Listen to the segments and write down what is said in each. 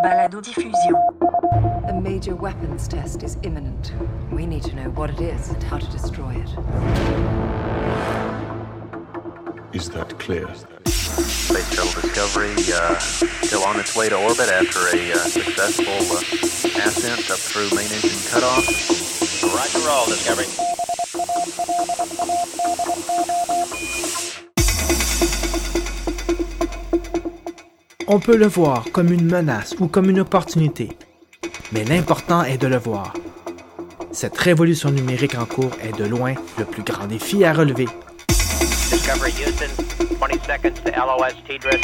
Balado-diffusion. A major weapons test is imminent. We need to know what it is and how to destroy it. Is that clear? Space Shuttle Discovery still on its way to orbit after a successful ascent up through main engine cutoff. Roger roll, Discovery. On peut le voir comme une menace ou comme une opportunité, mais l'important est de le voir. Cette révolution numérique en cours est de loin le plus grand défi à relever. Discovery Houston, 20 seconds to LOS TDRS.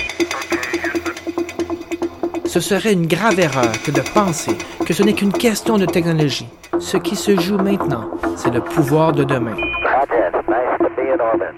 Ce serait une grave erreur que de penser que ce n'est qu'une question de technologie. Ce qui se joue maintenant, c'est le pouvoir de demain. Roger, nice to be in orbit.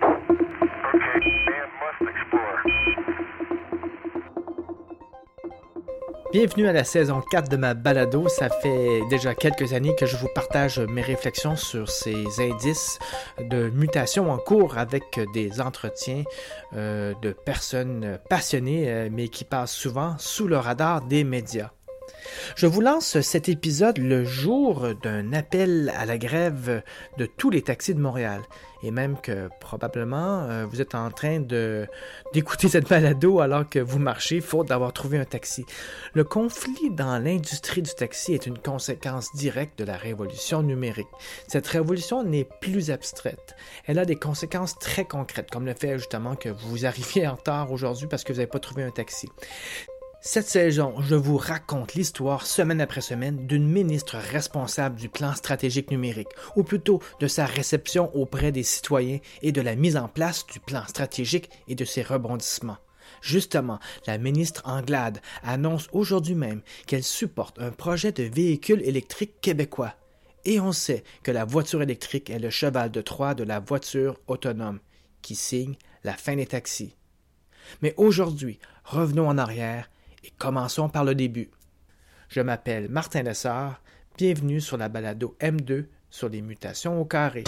Bienvenue à la saison 4 de ma balado. Ça fait déjà quelques années que je vous partage mes réflexions sur ces indices de mutation en cours avec des entretiens de personnes passionnées mais qui passent souvent sous le radar des médias. Je vous lance cet épisode le jour d'un appel à la grève de tous les taxis de Montréal. Et même que probablement vous êtes en train d'écouter cette balado alors que vous marchez, faute d'avoir trouvé un taxi. Le conflit dans l'industrie du taxi est une conséquence directe de la révolution numérique. Cette révolution n'est plus abstraite. Elle a des conséquences très concrètes, comme le fait justement que vous arriviez en retard aujourd'hui parce que vous n'avez pas trouvé un taxi. Cette saison, je vous raconte l'histoire semaine après semaine d'une ministre responsable du plan stratégique numérique, ou plutôt de sa réception auprès des citoyens et de la mise en place du plan stratégique et de ses rebondissements. Justement, la ministre Anglade annonce aujourd'hui même qu'elle supporte un projet de véhicule électrique québécois. Et on sait que la voiture électrique est le cheval de Troie de la voiture autonome, qui signe la fin des taxis. Mais aujourd'hui, revenons en arrière et commençons par le début. Je m'appelle Martin Lessard, bienvenue sur la balado M2 sur les mutations au carré.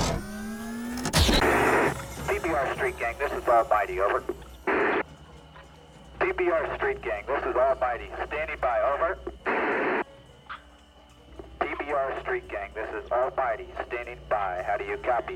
TBR Street Gang, this is Almighty, over. TBR Street Gang, this is Almighty, standing by, over. TBR Street Gang, this is Almighty, standing by, how do you copy?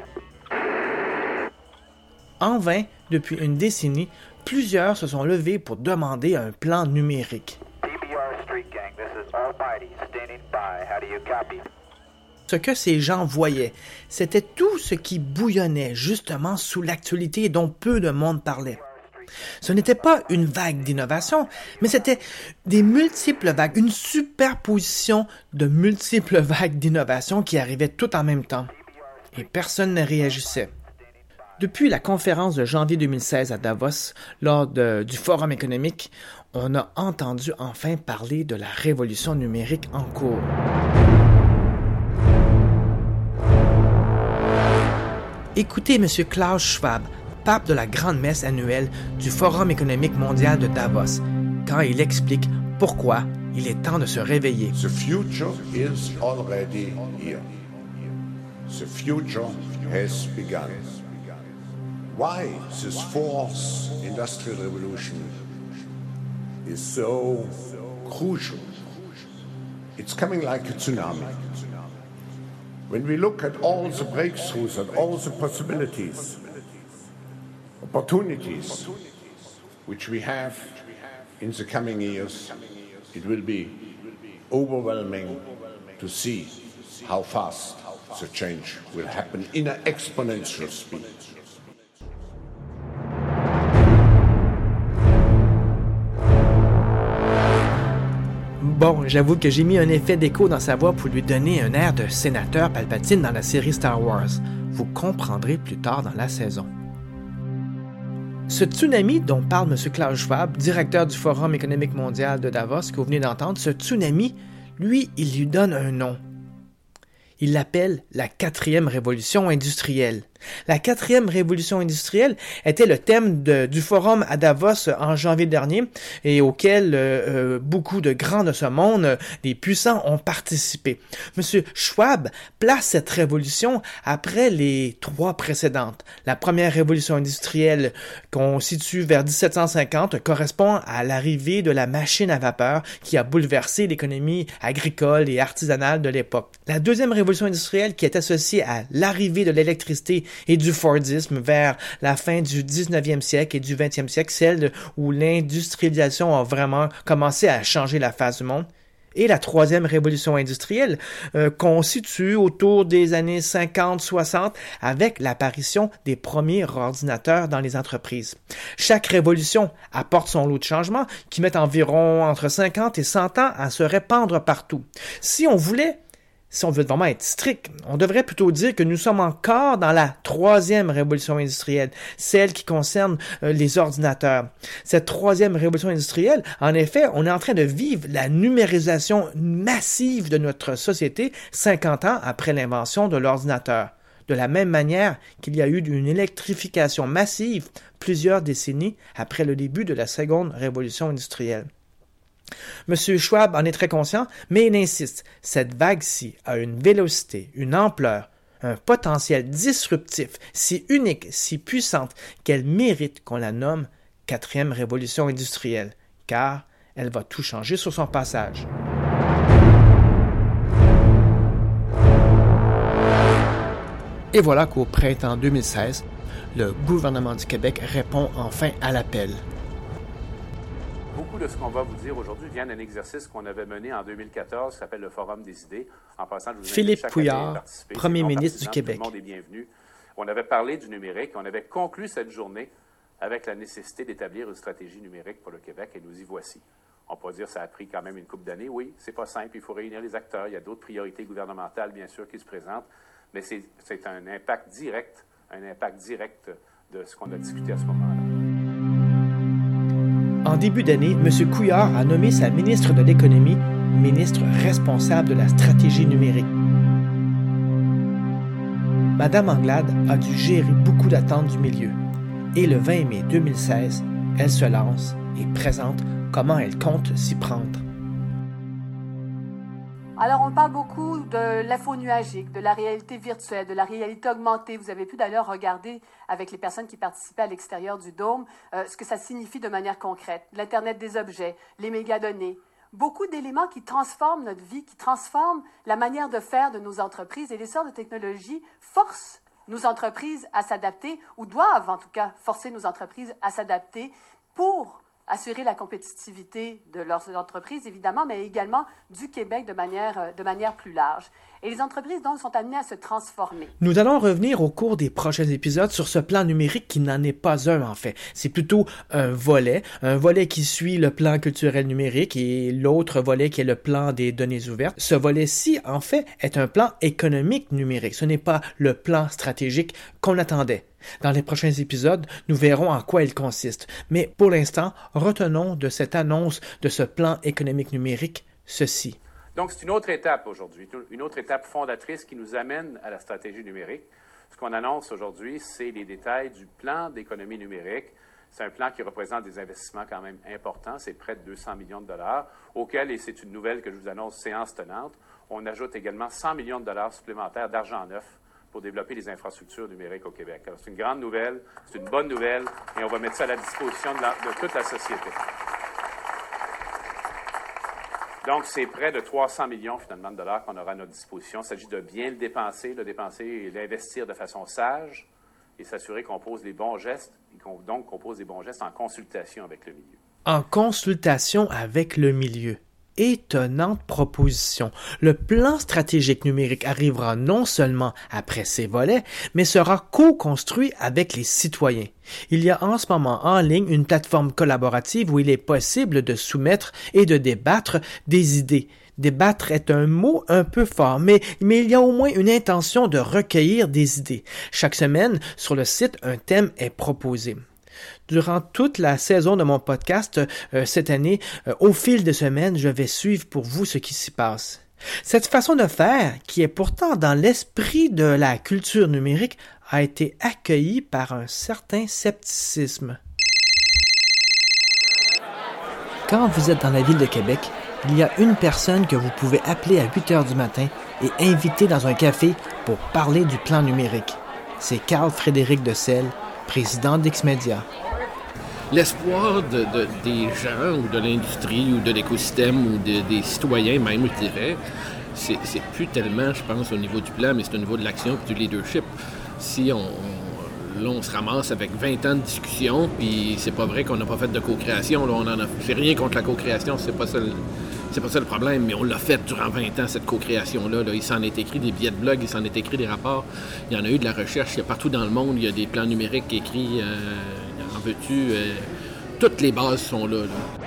En vain, depuis une décennie, plusieurs se sont levés pour demander un plan numérique. TBR Street Gang, this is Almighty, standing by, how do you copy? Ce que ces gens voyaient, c'était tout ce qui bouillonnait justement sous l'actualité et dont peu de monde parlait. Ce n'était pas une vague d'innovation, mais c'était des multiples vagues, une superposition de multiples vagues d'innovation qui arrivaient toutes en même temps. Et personne ne réagissait. Depuis la conférence de janvier 2016 à Davos, lors du Forum économique, on a entendu enfin parler de la révolution numérique en cours. Écoutez M. Klaus Schwab, pape de la grande messe annuelle du Forum économique mondial de Davos, quand il explique pourquoi il est temps de se réveiller. The future is already here. The future has begun. Why this fourth industrial revolution is so crucial? It's coming like a tsunami. When we look at all the breakthroughs and all the possibilities, opportunities which we have in the coming years, it will be overwhelming to see how fast the change will happen in an exponential speed. Bon, j'avoue que j'ai mis un effet d'écho dans sa voix pour lui donner un air de sénateur Palpatine dans la série Star Wars. Vous comprendrez plus tard dans la saison. Ce tsunami dont parle M. Klaus Schwab, directeur du Forum économique mondial de Davos que vous venez d'entendre, ce tsunami, lui, il lui donne un nom. Il l'appelle la 4e révolution industrielle. La 4e révolution industrielle était le thème du forum à Davos en janvier dernier et auquel beaucoup de grands de ce monde, des puissants, ont participé. M. Schwab place cette révolution après les 3 précédentes. La première révolution industrielle, qu'on situe vers 1750, correspond à l'arrivée de la machine à vapeur qui a bouleversé l'économie agricole et artisanale de l'époque. La deuxième révolution industrielle, qui est associée à l'arrivée de l'électricité et du Fordisme vers la fin du 19e siècle et du 20e siècle, celle où l'industrialisation a vraiment commencé à changer la face du monde. Et la 3e révolution industrielle, qu'on situe autour des années 50-60 avec l'apparition des premiers ordinateurs dans les entreprises. Chaque révolution apporte son lot de changements qui mettent environ entre 50 et 100 ans à se répandre partout. Si on veut vraiment être strict, on devrait plutôt dire que nous sommes encore dans la 3e révolution industrielle, celle qui concerne les ordinateurs. Cette 3e révolution industrielle, en effet, on est en train de vivre la numérisation massive de notre société 50 ans après l'invention de l'ordinateur. De la même manière qu'il y a eu une électrification massive plusieurs décennies après le début de la 2e révolution industrielle. M. Schwab en est très conscient, mais il insiste, cette vague-ci a une vélocité, une ampleur, un potentiel disruptif si unique, si puissante, qu'elle mérite qu'on la nomme 4e révolution industrielle, car elle va tout changer sur son passage. Et voilà qu'au printemps 2016, le gouvernement du Québec répond enfin à l'appel. Beaucoup de ce qu'on va vous dire aujourd'hui vient d'un exercice qu'on avait mené en 2014 qui s'appelle le Forum des idées. En passant, je vous Philippe Couillard, Premier ministre du Québec. Tout le monde est bienvenu. On avait parlé du numérique. On avait conclu cette journée avec la nécessité d'établir une stratégie numérique pour le Québec et nous y voici. On peut dire que ça a pris quand même une couple d'années. Oui, c'est pas simple. Il faut réunir les acteurs. Il y a d'autres priorités gouvernementales, bien sûr, qui se présentent. Mais c'est un impact direct de ce qu'on a discuté à ce moment-là. En début d'année, M. Couillard a nommé sa ministre de l'Économie, ministre responsable de la stratégie numérique. Mme Anglade a dû gérer beaucoup d'attentes du milieu. Et le 20 mai 2016, elle se lance et présente comment elle compte s'y prendre. Alors, on parle beaucoup de l'info nuagique, de la réalité virtuelle, de la réalité augmentée. Vous avez pu d'ailleurs regarder avec les personnes qui participaient à l'extérieur du dôme ce que ça signifie de manière concrète. L'Internet des objets, les mégadonnées, beaucoup d'éléments qui transforment notre vie, qui transforment la manière de faire de nos entreprises. Et l'essor de technologie force nos entreprises à s'adapter, ou doivent en tout cas forcer nos entreprises à s'adapter pour assurer la compétitivité de leurs entreprises, évidemment, mais également du Québec de manière plus large. Et les entreprises, donc, sont amenées à se transformer. Nous allons revenir au cours des prochains épisodes sur ce plan numérique qui n'en est pas un, en fait. C'est plutôt un volet qui suit le plan culturel numérique et l'autre volet qui est le plan des données ouvertes. Ce volet-ci, en fait, est un plan économique numérique. Ce n'est pas le plan stratégique qu'on attendait. Dans les prochains épisodes, nous verrons en quoi il consiste. Mais pour l'instant, retenons de cette annonce de ce plan économique numérique ceci. Donc, c'est une autre étape aujourd'hui, une autre étape fondatrice qui nous amène à la stratégie numérique. Ce qu'on annonce aujourd'hui, c'est les détails du plan d'économie numérique. C'est un plan qui représente des investissements quand même importants. C'est près de 200 millions de dollars, auquel, et c'est une nouvelle que je vous annonce, séance tenante, on ajoute également 100 millions de dollars supplémentaires d'argent neuf pour développer les infrastructures numériques au Québec. Alors, c'est une grande nouvelle, c'est une bonne nouvelle, et on va mettre ça à la disposition de toute la société. Donc, c'est près de 300 millions, finalement, de dollars qu'on aura à notre disposition. Il s'agit de bien le dépenser et l'investir de façon sage et s'assurer qu'on pose les bons gestes et qu'on pose les bons gestes en consultation avec le milieu. En consultation avec le milieu. Étonnante proposition. Le plan stratégique numérique arrivera non seulement après ces volets, mais sera co-construit avec les citoyens. Il y a en ce moment en ligne une plateforme collaborative où il est possible de soumettre et de débattre des idées. Débattre est un mot un peu fort, mais il y a au moins une intention de recueillir des idées. Chaque semaine, sur le site, un thème est proposé. Durant toute la saison de mon podcast cette année, au fil des semaines, je vais suivre pour vous ce qui s'y passe. Cette façon de faire, qui est pourtant dans l'esprit de la culture numérique, a été accueilli par un certain scepticisme. Quand vous êtes dans la ville de Québec, il y a une personne que vous pouvez appeler à 8 heures du matin et inviter dans un café pour parler du plan numérique. C'est Carl-Frédéric Decelles, président d'X-Media. L'espoir des gens ou de l'industrie ou de l'écosystème ou des citoyens même, je dirais, c'est plus tellement, je pense, au niveau du plan, mais c'est au niveau de l'action et du leadership. Si on se ramasse avec 20 ans de discussion, puis c'est pas vrai qu'on n'a pas fait de co-création. J'ai rien contre la co-création, c'est pas ça le problème, mais on l'a fait durant 20 ans, cette co-création-là. Là. Il s'en est écrit des billets de blog, il s'en est écrit des rapports. Il y en a eu de la recherche. Il y a partout dans le monde, il y a des plans numériques écrits. En veux-tu? Toutes les bases sont là.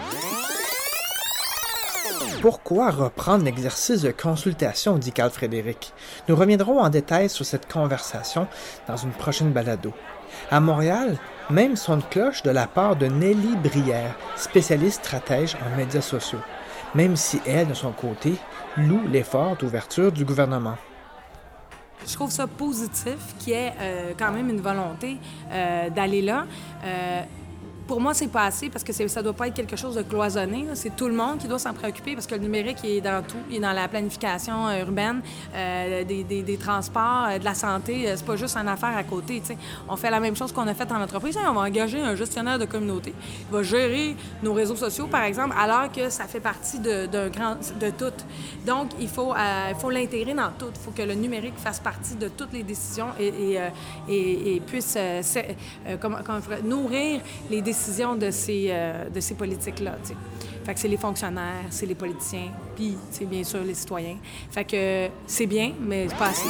Pourquoi reprendre l'exercice de consultation, dit Carl-Frédéric. Nous reviendrons en détail sur cette conversation dans une prochaine balado. À Montréal, même son cloche de la part de Nelly Brière, spécialiste stratège en médias sociaux, même si elle, de son côté, loue l'effort d'ouverture du gouvernement. Je trouve ça positif qu'il y ait quand même une volonté d'aller là. Pour moi, c'est pas assez parce que ça doit pas être quelque chose de cloisonné. Là. C'est tout le monde qui doit s'en préoccuper parce que le numérique il est dans tout. Il est dans la planification urbaine, des transports, de la santé. C'est pas juste une affaire à côté. T'sais. On fait la même chose qu'on a fait en entreprise. On va engager un gestionnaire de communauté. Il va gérer nos réseaux sociaux, par exemple, alors que ça fait partie de tout. Donc, il faut l'intégrer dans tout. Il faut que le numérique fasse partie de toutes les décisions et puisse nourrir les décisions de ces politiques-là. T'sais. Fait que c'est les fonctionnaires, c'est les politiciens, puis c'est bien sûr les citoyens. Fait que c'est bien, mais c'est pas assez.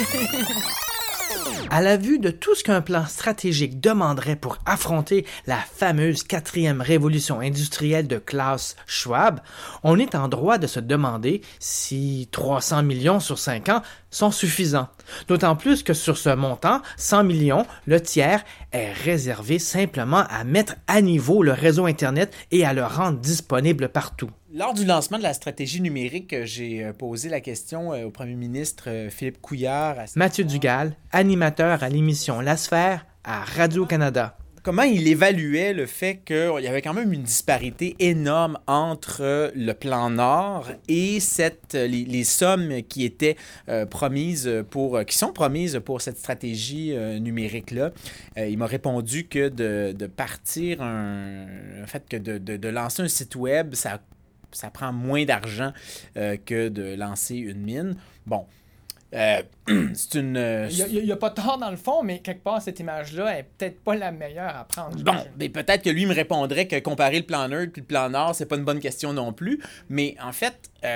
À la vue de tout ce qu'un plan stratégique demanderait pour affronter la fameuse 4e révolution industrielle de Klaus Schwab, on est en droit de se demander si 300 millions sur 5 ans sont suffisants. D'autant plus que sur ce montant, 100 millions, le tiers est réservé simplement à mettre à niveau le réseau Internet et à le rendre disponible partout. Lors du lancement de la stratégie numérique, j'ai posé la question au premier ministre Philippe Couillard. Mathieu Dugal, animateur à l'émission La Sphère à Radio-Canada. Comment il évaluait le fait qu'il y avait quand même une disparité énorme entre le plan Nord et les sommes qui étaient qui sont promises pour cette stratégie numérique-là. Il m'a répondu que de partir de lancer un site web, ça prend moins d'argent que de lancer une mine. Bon. C'est une... Il n'y a pas tort dans le fond, mais quelque part, cette image-là est peut-être pas la meilleure à prendre. Bon, mais peut-être que lui me répondrait que comparer le plan Nord puis le plan Nord, c'est pas une bonne question non plus. Mais en fait,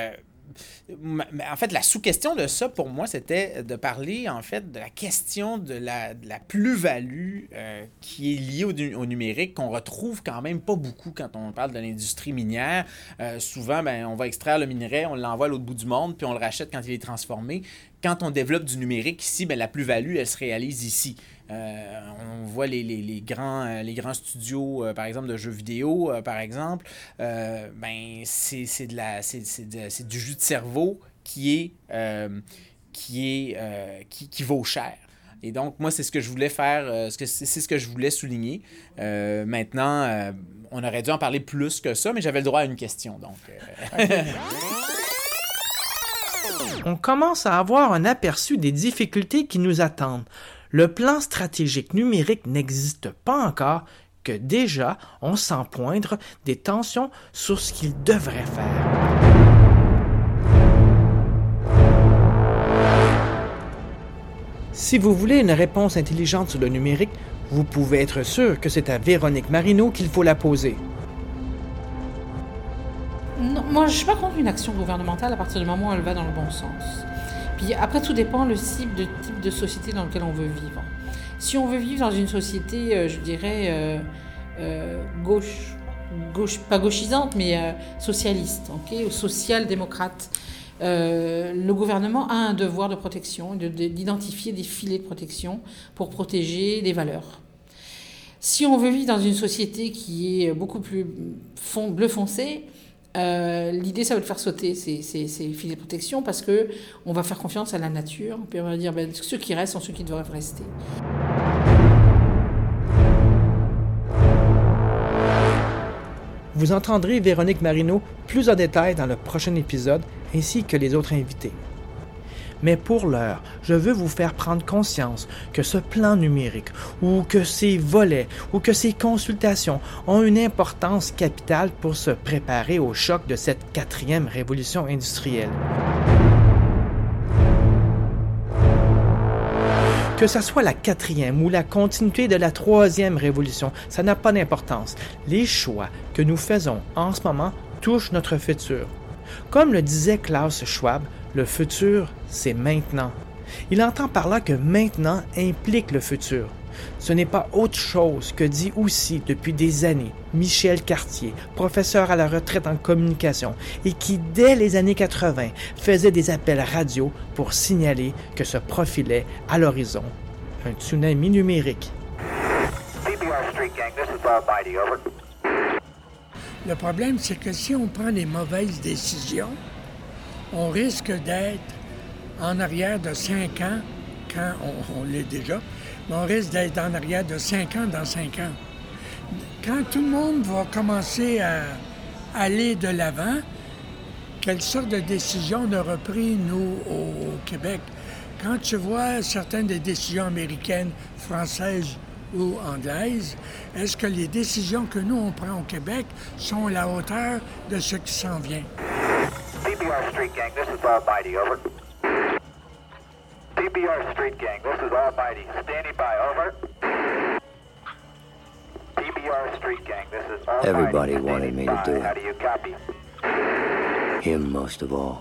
la sous-question de ça, pour moi, c'était de parler, en fait, de la question de la plus-value qui est liée au numérique, qu'on retrouve quand même pas beaucoup quand on parle de l'industrie minière. Souvent, on va extraire le minerai, on l'envoie à l'autre bout du monde, puis on le rachète quand il est transformé. Quand on développe du numérique ici, la plus-value, elle se réalise ici. On voit les grands studios, par exemple, de jeux vidéo, par exemple. C'est du jus de cerveau qui vaut cher. Et donc, moi, c'est ce que je voulais faire, c'est ce que je voulais souligner. Maintenant, on aurait dû en parler plus que ça, mais j'avais le droit à une question. Donc, On commence à avoir un aperçu des difficultés qui nous attendent. Le plan stratégique numérique n'existe pas encore, que déjà on sent poindre des tensions sur ce qu'il devrait faire. Si vous voulez une réponse intelligente sur le numérique, vous pouvez être sûr que c'est à Véronique Marino qu'il faut la poser. Non, moi, je ne suis pas contre une action gouvernementale à partir du moment où elle va dans le bon sens. Puis après, tout dépend le type de société dans lequel on veut vivre. Si on veut vivre dans une société, je dirais, gauche, pas gauchisante, mais socialiste, ou social-démocrate, le gouvernement a un devoir de protection, d'identifier des filets de protection pour protéger les valeurs. Si on veut vivre dans une société qui est beaucoup plus bleu foncé, L'idée, ça va de faire sauter ces filets de protection parce qu'on va faire confiance à la nature. Puis on va dire, ceux qui restent sont ceux qui doivent rester. Vous entendrez Véronique Marino plus en détail dans le prochain épisode, ainsi que les autres invités. Mais pour l'heure, je veux vous faire prendre conscience que ce plan numérique, ou que ces volets, ou que ces consultations ont une importance capitale pour se préparer au choc de cette 4e révolution industrielle. Que ce soit la 4e ou la continuité de la 3e révolution, ça n'a pas d'importance. Les choix que nous faisons en ce moment touchent notre futur. Comme le disait Klaus Schwab, le futur, c'est maintenant. Il entend par là que maintenant implique le futur. Ce n'est pas autre chose que dit aussi depuis des années Michel Cartier, professeur à la retraite en communication, et qui, dès les années 80, faisait des appels radio pour signaler que se profilait à l'horizon un tsunami numérique. Le problème, c'est que si on prend les mauvaises décisions, on risque d'être en arrière de 5 ans, quand on l'est déjà, mais on risque d'être en arrière de 5 ans dans 5 ans. Quand tout le monde va commencer à aller de l'avant, quelle sorte de décision on aura pris, nous, au Québec? Quand tu vois certaines des décisions américaines, françaises ou anglaises, est-ce que les décisions que nous, on prend au Québec sont à la hauteur de ce qui s'en vient? PBR Street Gang, this is Almighty, over. PBR Street Gang, this is Almighty. Standing by, over. PBR Street Gang, this is Almighty. Everybody wanted me to do How it. do you copy? Him most of all.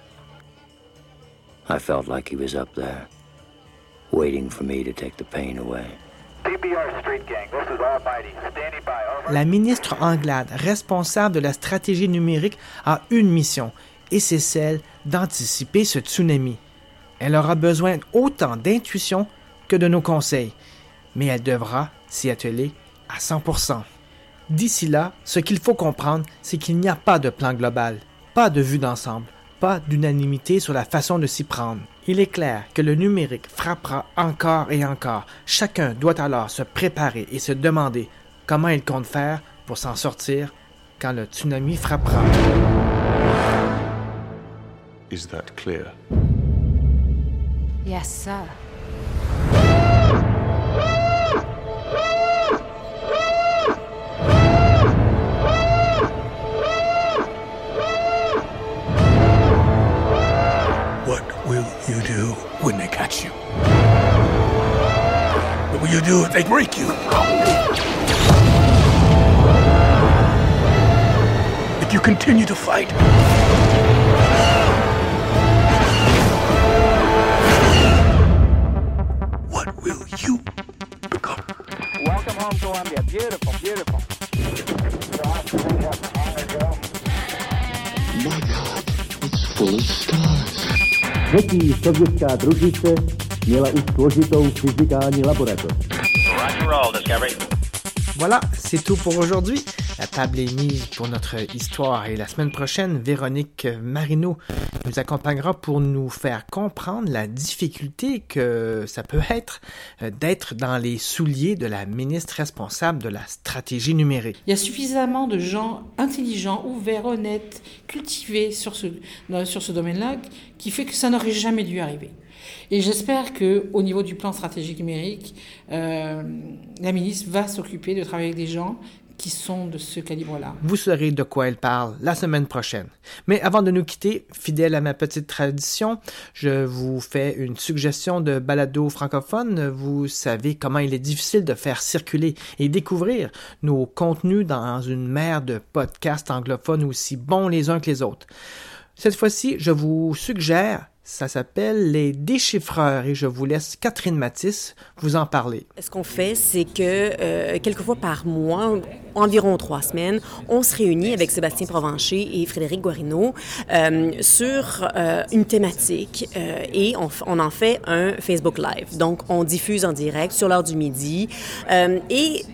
I felt like he was up there, waiting for me to take the pain away. PBR Street Gang, this is Almighty. Standing by, over. La ministre Anglade, responsable de la stratégie numérique, a une mission, et c'est celle d'anticiper ce tsunami. Elle aura besoin autant d'intuition que de nos conseils, mais elle devra s'y atteler à 100%. D'ici là, ce qu'il faut comprendre, c'est qu'il n'y a pas de plan global, pas de vue d'ensemble, pas d'unanimité sur la façon de s'y prendre. Il est clair que le numérique frappera encore et encore. Chacun doit alors se préparer et se demander comment il compte faire pour s'en sortir quand le tsunami frappera. Is that clear? Yes, sir. What will you do when they catch you? What will you do if they break you? If you continue to fight? What will you become? Welcome home, Columbia. Beautiful, beautiful. My God, it's full of stars. Třetí sovětská družice měla už složitou fyzikální laboratoř. Roger roll, Discovery. Voilà, c'est tout pour aujourd'hui. La table est mise pour notre histoire et la semaine prochaine, Véronique Marino nous accompagnera pour nous faire comprendre la difficulté que ça peut être d'être dans les souliers de la ministre responsable de la stratégie numérique. Il y a suffisamment de gens intelligents, ouverts, honnêtes, cultivés sur ce domaine-là qui fait que ça n'aurait jamais dû arriver. Et j'espère qu'au niveau du plan stratégique numérique, la ministre va s'occuper de travailler avec des gens qui sont de ce calibre-là. Vous saurez de quoi elle parle la semaine prochaine. Mais avant de nous quitter, fidèle à ma petite tradition, je vous fais une suggestion de balado francophone. Vous savez comment il est difficile de faire circuler et découvrir nos contenus dans une mer de podcasts anglophones aussi bons les uns que les autres. Cette fois-ci, je vous suggère, ça s'appelle Les Déchiffreurs et je vous laisse Catherine Matisse vous en parler. Ce qu'on fait, c'est que quelques fois par mois, environ 3 semaines, on se réunit avec Sébastien Provencher et Frédéric Guarino sur une thématique et on en fait un Facebook Live. Donc, on diffuse en direct sur l'heure du midi et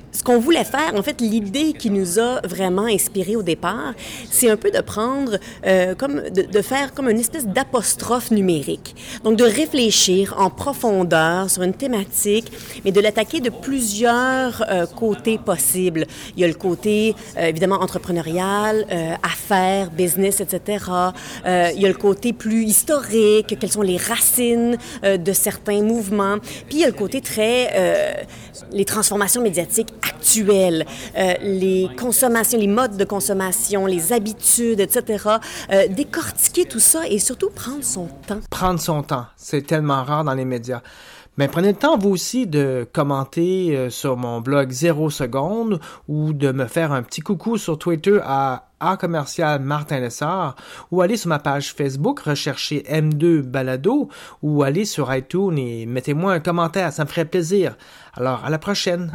ce qu'on voulait faire, en fait, l'idée qui nous a vraiment inspiré au départ, c'est un peu de prendre, de faire comme une espèce d'apostrophe numérique. Donc, de réfléchir en profondeur sur une thématique, mais de l'attaquer de plusieurs côtés possibles. Il y a le côté, évidemment, entrepreneurial, affaires, business, etc. Il y a le côté plus historique, quelles sont les racines de certains mouvements. Puis, il y a le côté très... les transformations médiatiques actuelles, les consommations, les modes de consommation, les habitudes, etc. Décortiquer tout ça et surtout prendre son temps. Prendre son temps, c'est tellement rare dans les médias. Mais prenez le temps, vous aussi, de commenter sur mon blog 0 secondes ou de me faire un petit coucou sur Twitter à @Martin Lessard ou aller sur ma page Facebook, rechercher M2 Balado ou aller sur iTunes et mettez-moi un commentaire, ça me ferait plaisir. Alors, à la prochaine!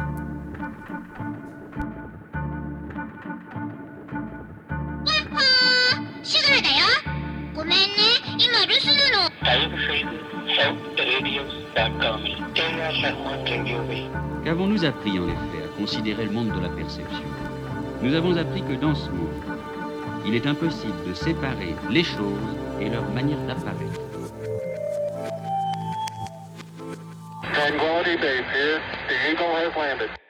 Qu'avons-nous appris en effet à considérer le monde de la perception? Nous avons appris que dans ce monde, il est impossible de séparer les choses et leur manière d'apparaître. Tranquility Base here. The Eagle has landed.